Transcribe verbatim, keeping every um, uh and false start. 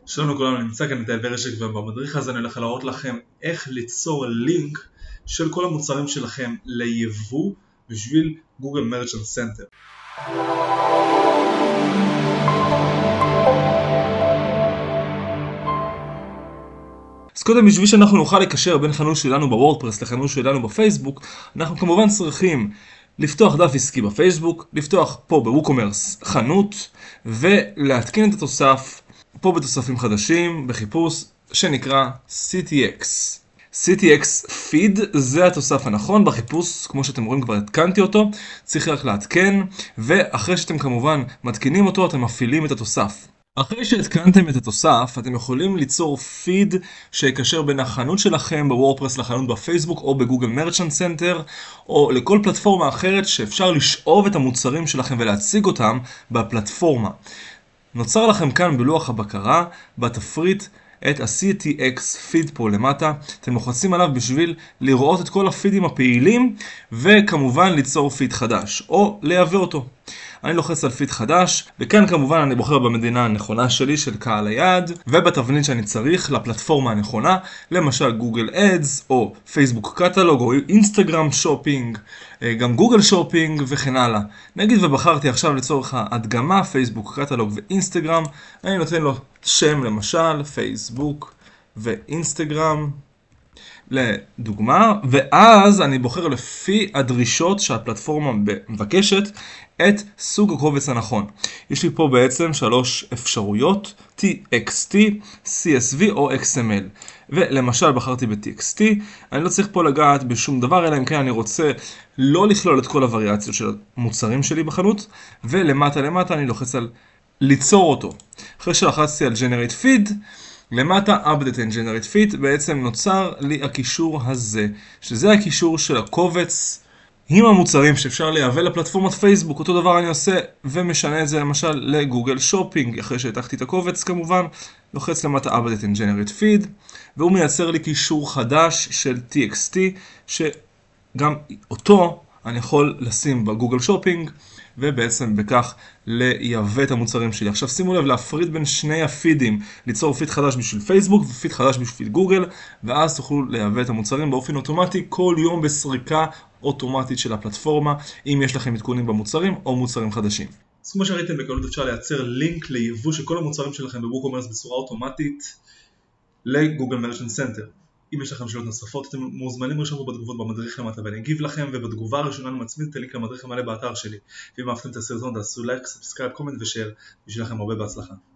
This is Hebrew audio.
שלום לכולם, אני נמצא כאן איתי ורשק, ובמדריך הזה אני הולך להראות לכם איך ליצור לינק של כל המוצרים שלכם ליבוא בשביל גוגל מרצ'נט סנטר. אז קודם, בשביל שאנחנו נוכל לקשר בין חנות שלנו בוורדפרס לחנות שלנו בפייסבוק, אנחנו כמובן צריכים לפתוח דף עסקי בפייסבוק, לפתוח פה בווקומרס חנות ולהתקין את התוסף פה בתוספים חדשים בחיפוש שנקרא סי טי אקס. סי טי אקס Feed זה התוסף הנכון בחיפוש, כמו שאתם רואים כבר התקנתי אותו, צריך רק להתקן, ואחרי שאתם כמובן מתקינים אותו אתם מפעילים את התוסף. אחרי שהתקנתם את התוסף, אתם יכולים ליצור פיד שיקשר בין החנות שלכם בוורדפרס לחנות בפייסבוק או בגוגל מרצ'נט סנטר, או לכל פלטפורמה אחרת שאפשר לשאוב את המוצרים שלכם ולהציג אותם בפלטפורמה. נוצר לכם כאן בלוח הבקרה, בתפריט, את ה-סי טי אקס Feed פה למטה. אתם לוחצים עליו בשביל לראות את כל הפידים הפעילים, וכמובן ליצור פיד חדש, או לייבא אותו. אני לוחץ על פיד חדש, וכאן כמובן אני בוחר במדינה הנכונה שלי של קהל היעד, ובתבנית שאני צריך לפלטפורמה הנכונה, למשל גוגל אדס, או פייסבוק קטלוג, או אינסטגרם שופינג, גם גוגל שופינג וכן הלאה. נגיד ובחרתי עכשיו לצורך ההדגמה, פייסבוק קטלוג ואינסטגרם, אני נותן לו שם למשל, פייסבוק ואינסטגרם, לדוגמה, ואז אני בוחר לפי הדרישות שהפלטפורמה מבקשת את סוג הקובץ הנכון. יש לי פה בעצם שלוש אפשרויות, טי אקס טי, סי אס וי או אקס אם אל. ולמשל בחרתי ב-טי אקס טי, אני לא צריך פה לגעת בשום דבר, אלא אם כן אני רוצה לא לכלול את כל הווריאציות של המוצרים שלי בחנות, ולמטה למטה אני לוחץ על ליצור אותו. אחרי שלחצתי על Generate Feed, למטה Update and Generate Feed, בעצם נוצר לי הקישור הזה, שזה הקישור של הקובץ עם המוצרים שאפשר לייבא לפלטפורמת פייסבוק. אותו דבר אני עושה ומשנה את זה למשל לגוגל שופינג, אחרי שהתחתי את הקובץ כמובן, לוחץ למטה Update and Generate Feed, והוא מייצר לי קישור חדש של טי אקס טי, שגם אותו אני יכול לשים בגוגל שופינג, ובעצם בכך לייבא את המוצרים שלי. עכשיו שימו לב להפריד בין שני הפידים, ליצור פיד חדש בשביל פייסבוק ופיד חדש בשביל גוגל, ואז תוכלו לייבא את המוצרים באופן אוטומטי כל יום בסריקה אוטומטית של הפלטפורמה, אם יש לכם עדכונים במוצרים או מוצרים חדשים. אז כמו שראיתם, בקלות אפשר לייצר לינק ליבוא של כל המוצרים שלכם בווקומרס בצורה אוטומטית לגוגל מרצ'נט סנטר. אם יש לכם שאלות נוספות, אתם מוזמנים לרשום בתגובות במדריך למטה ואני אגיב לכם, ובתגובה הראשונה אני מצמיד את הלינק למדריך המלא באתר שלי. ואם אהבתם את הסרטון, תעשו לייק, סאבסקרייב, קומנט ושאר, בשביל לכם הרבה בהצלחה.